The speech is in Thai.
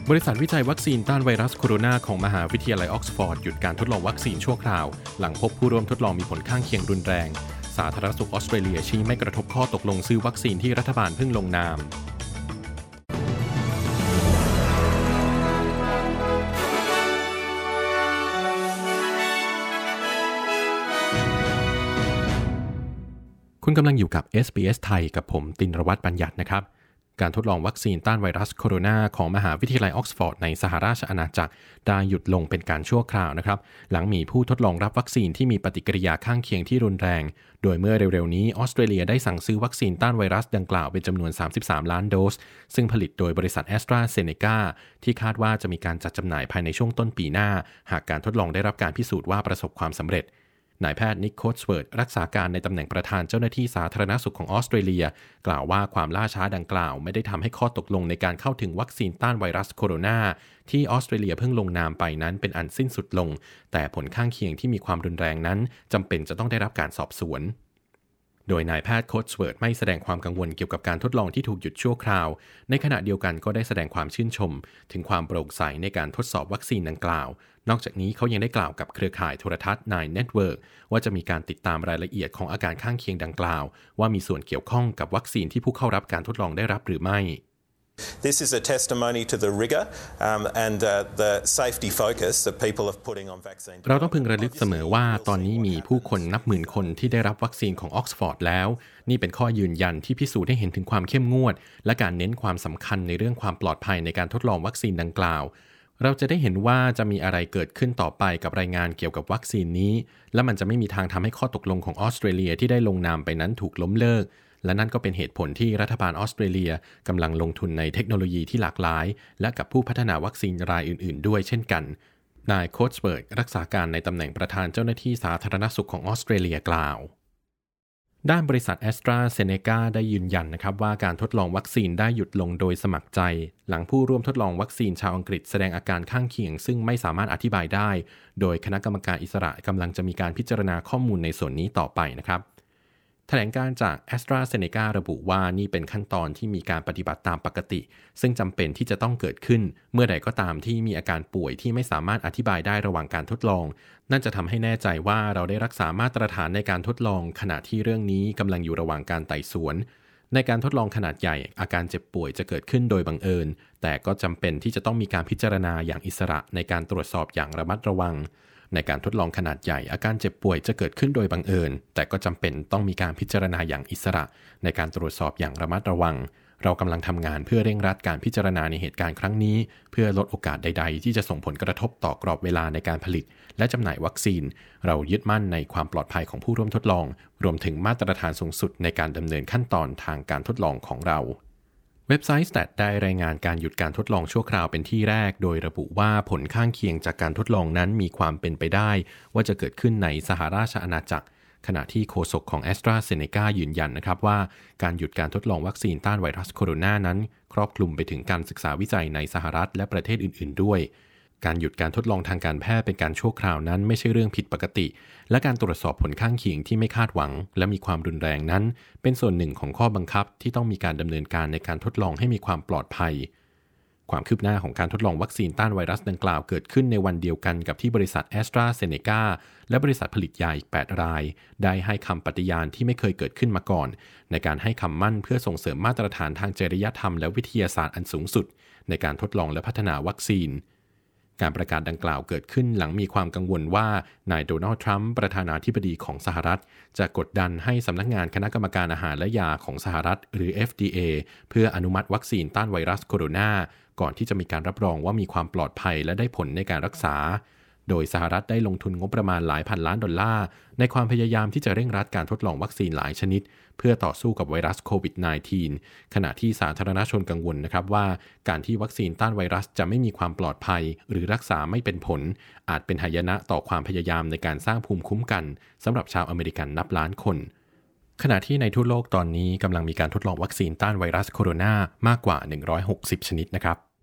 บริษัทวิจัยวัคซีนต้านไวรัสโคโรนาของมหาวิทยาลัยออกซฟอร์ดหยุดการทดลองวัคซีนชั่วคราวหลังพบผู้ร่วมทดลองมีผลข้างเคียงรุนแรงสาธารณสุขออสเตรเลียชี้ไม่กระทบข้อตกลงซื้อวัคซีนที่รัฐบาลเพิ่งลงนามคุณกำลังอยู่กับ SBS ไทยกับผมตินรวัตรบัญญัตินะครับการทดลองวัคซีนต้านไวรัสโคโรนาของมหาวิทยาลัยออกซฟอร์ดในสหราชอาณาจักรได้หยุดลงเป็นการชั่วคราวนะครับหลังมีผู้ทดลองรับวัคซีนที่มีปฏิกิริยาข้างเคียงที่รุนแรงโดยเมื่อเร็วๆนี้ออสเตรเลียได้สั่งซื้อวัคซีนต้านไวรัสดังกล่าวเป็นจำนวน33ล้านโดสซึ่งผลิตโดยบริษัท AstraZeneca ที่คาดว่าจะมีการจัดจำหน่ายภายในช่วงต้นปีหน้าหากการทดลองได้รับการพิสูจน์ว่าประสบความสำเร็จนายแพทย์นิกโคสเวิร์ดรักษาการในตำแหน่งประธานเจ้าหน้าที่สาธารณสุขของออสเตรเลียกล่าวว่าความล่าช้าดังกล่าวไม่ได้ทำให้ข้อตกลงในการเข้าถึงวัคซีนต้านไวรัสโคโรนาที่ออสเตรเลียเพิ่งลงนามไปนั้นเป็นอันสิ้นสุดลงแต่ผลข้างเคียงที่มีความรุนแรงนั้นจำเป็นจะต้องได้รับการสอบสวนโดยนายแพทย์โคสเวิร์ดไม่แสดงความกังวลเกี่ยวกับการทดลองที่ถูกหยุดชั่วคราวในขณะเดียวกันก็ได้แสดงความชื่นชมถึงความโปร่งใสในการทดสอบวัคซีนดังกล่าวนอกจากนี้เขายังได้กล่าวกับเครือข่ายโทรทัศน์ Nine Network ว่าจะมีการติดตามรายละเอียดของอาการข้างเคียงดังกล่าวว่ามีส่วนเกี่ยวข้องกับวัคซีนที่ผู้เข้ารับการทดลองได้รับหรือไม่ This is a testimony to the rigor and the safety focus that people have putting on vaccine. เราต้องพึงระลึกเสมอว่าตอนนี้มีผู้คนนับหมื่นคนที่ได้รับวัคซีนของออกซฟอร์ดแล้วนี่เป็นข้อยืนยันที่พิสูจน์ให้เห็นถึงความเข้มงวดและการเน้นความสำคัญในเรื่องความปลอดภัยในการทดลองวัคซีนดังกล่าวเราจะได้เห็นว่าจะมีอะไรเกิดขึ้นต่อไปกับรายงานเกี่ยวกับวัคซีนนี้และมันจะไม่มีทางทำให้ข้อตกลงของออสเตรเลียที่ได้ลงนามไปนั้นถูกล้มเลิกและนั่นก็เป็นเหตุผลที่รัฐบาลออสเตรเลียกำลังลงทุนในเทคโนโลยีที่หลากหลายและกับผู้พัฒนาวัคซีนรายอื่นๆด้วยเช่นกันนายโคสเบิร์กรักษาการในตำแหน่งประธานเจ้าหน้าที่สาธารณสุขของออสเตรเลียกล่าวด้านบริษัท AstraZeneca ได้ยืนยันนะครับว่าการทดลองวัคซีนได้หยุดลงโดยสมัครใจหลังผู้ร่วมทดลองวัคซีนชาวอังกฤษแสดงอาการข้างเคียงซึ่งไม่สามารถอธิบายได้โดยคณะกรรมการอิสระกำลังจะมีการพิจารณาข้อมูลในส่วนนี้ต่อไปนะครับแถลงการจาก AstraZeneca ระบุว่านี่เป็นขั้นตอนที่มีการปฏิบัติตามปกติซึ่งจำเป็นที่จะต้องเกิดขึ้นเมื่อใดก็ตามที่มีอาการป่วยที่ไม่สามารถอธิบายได้ระหว่างการทดลองนั่นจะทำให้แน่ใจว่าเราได้รักษามาตรฐานในการทดลองขณะที่เรื่องนี้กำลังอยู่ระหว่างการไต่สวนในการทดลองขนาดใหญ่อาการเจ็บป่วยจะเกิดขึ้นโดยบังเอิญแต่ก็จำเป็นที่จะต้องมีการพิจารณาอย่างอิสระในการตรวจสอบอย่างระมัดระวังในการทดลองขนาดใหญ่อาการเจ็บป่วยจะเกิดขึ้นโดยบังเอิญแต่ก็จำเป็นต้องมีการพิจารณาอย่างอิสระในการตรวจสอบอย่างระมัดระวังเรากำลังทำงานเพื่อเร่งรัดการพิจารณาในเหตุการณ์ครั้งนี้เพื่อลดโอกาสใดๆที่จะส่งผลกระทบต่อกรอบเวลาในการผลิตและจำหน่ายวัคซีนเรายึดมั่นในความปลอดภัยของผู้ร่วมทดลองรวมถึงมาตรฐานสูงสุดในการดำเนินขั้นตอนทางการทดลองของเราเว็บไซต์ Stat ได้รายงานการหยุดการทดลองชั่วคราวเป็นที่แรกโดยระบุว่าผลข้างเคียงจากการทดลองนั้นมีความเป็นไปได้ว่าจะเกิดขึ้นในสหราชอาณาจักรขณะที่โฆษกของ AstraZeneca ยืนยันนะครับว่าการหยุดการทดลองวัคซีนต้านไวรัสโคโรนานั้นครอบคลุมไปถึงการศึกษาวิจัยในสหรัฐและประเทศอื่นๆด้วยการหยุดการทดลองทางการแพทย์เป็นการชั่วคราวนั้นไม่ใช่เรื่องผิดปกติและการตรวจสอบผลข้างเคียงที่ไม่คาดหวังและมีความรุนแรงนั้นเป็นส่วนหนึ่งของข้อบังคับที่ต้องมีการดำเนินการในการทดลองให้มีความปลอดภัยความคืบหน้าของการทดลองวัคซีนต้านไวรัสดังกล่าวเกิดขึ้นในวันเดียวกันกับที่บริษัท AstraZeneca และบริษัทผลิตยาอีก8รายได้ให้คำปฏิญาณที่ไม่เคยเกิดขึ้นมาก่อนในการให้คำมั่นเพื่อส่งเสริมมาตรฐานทางจริยธรรมและวิทยาศาสตร์อันสูงสุดในการทดลองและพัฒนาวัคซีนการประกาศดังกล่าวเกิดขึ้นหลังมีความกังวลว่านายโดนัลด์ทรัมป์ประธานาธิบดีของสหรัฐจะกดดันให้สำนักงานคณะกรรมการอาหารและยาของสหรัฐหรือ FDA เพื่ออนุมัติวัคซีนต้านไวรัสโคโรนาก่อนที่จะมีการรับรองว่ามีความปลอดภัยและได้ผลในการรักษาโดยสหรัฐได้ลงทุนงบประมาณหลายพันล้านดอลลาร์ในความพยายามที่จะเร่งรัดการทดลองวัคซีนหลายชนิดเพื่อต่อสู้กับไวรัสโควิด -19 ขณะที่สาธารณชนกังวลนะครับว่าการที่วัคซีนต้านไวรัสจะไม่มีความปลอดภัยหรือรักษาไม่เป็นผลอาจเป็นหายนะต่อความพยายามในการสร้างภูมิคุ้มกันสำหรับชาวอเมริกันนับล้านคนขณะที่ในทั่วโลกตอนนี้กำลังมีการทดลองวัคซีนต้านไวรัสโคโรนามากกว่า160ชนิดนะครับ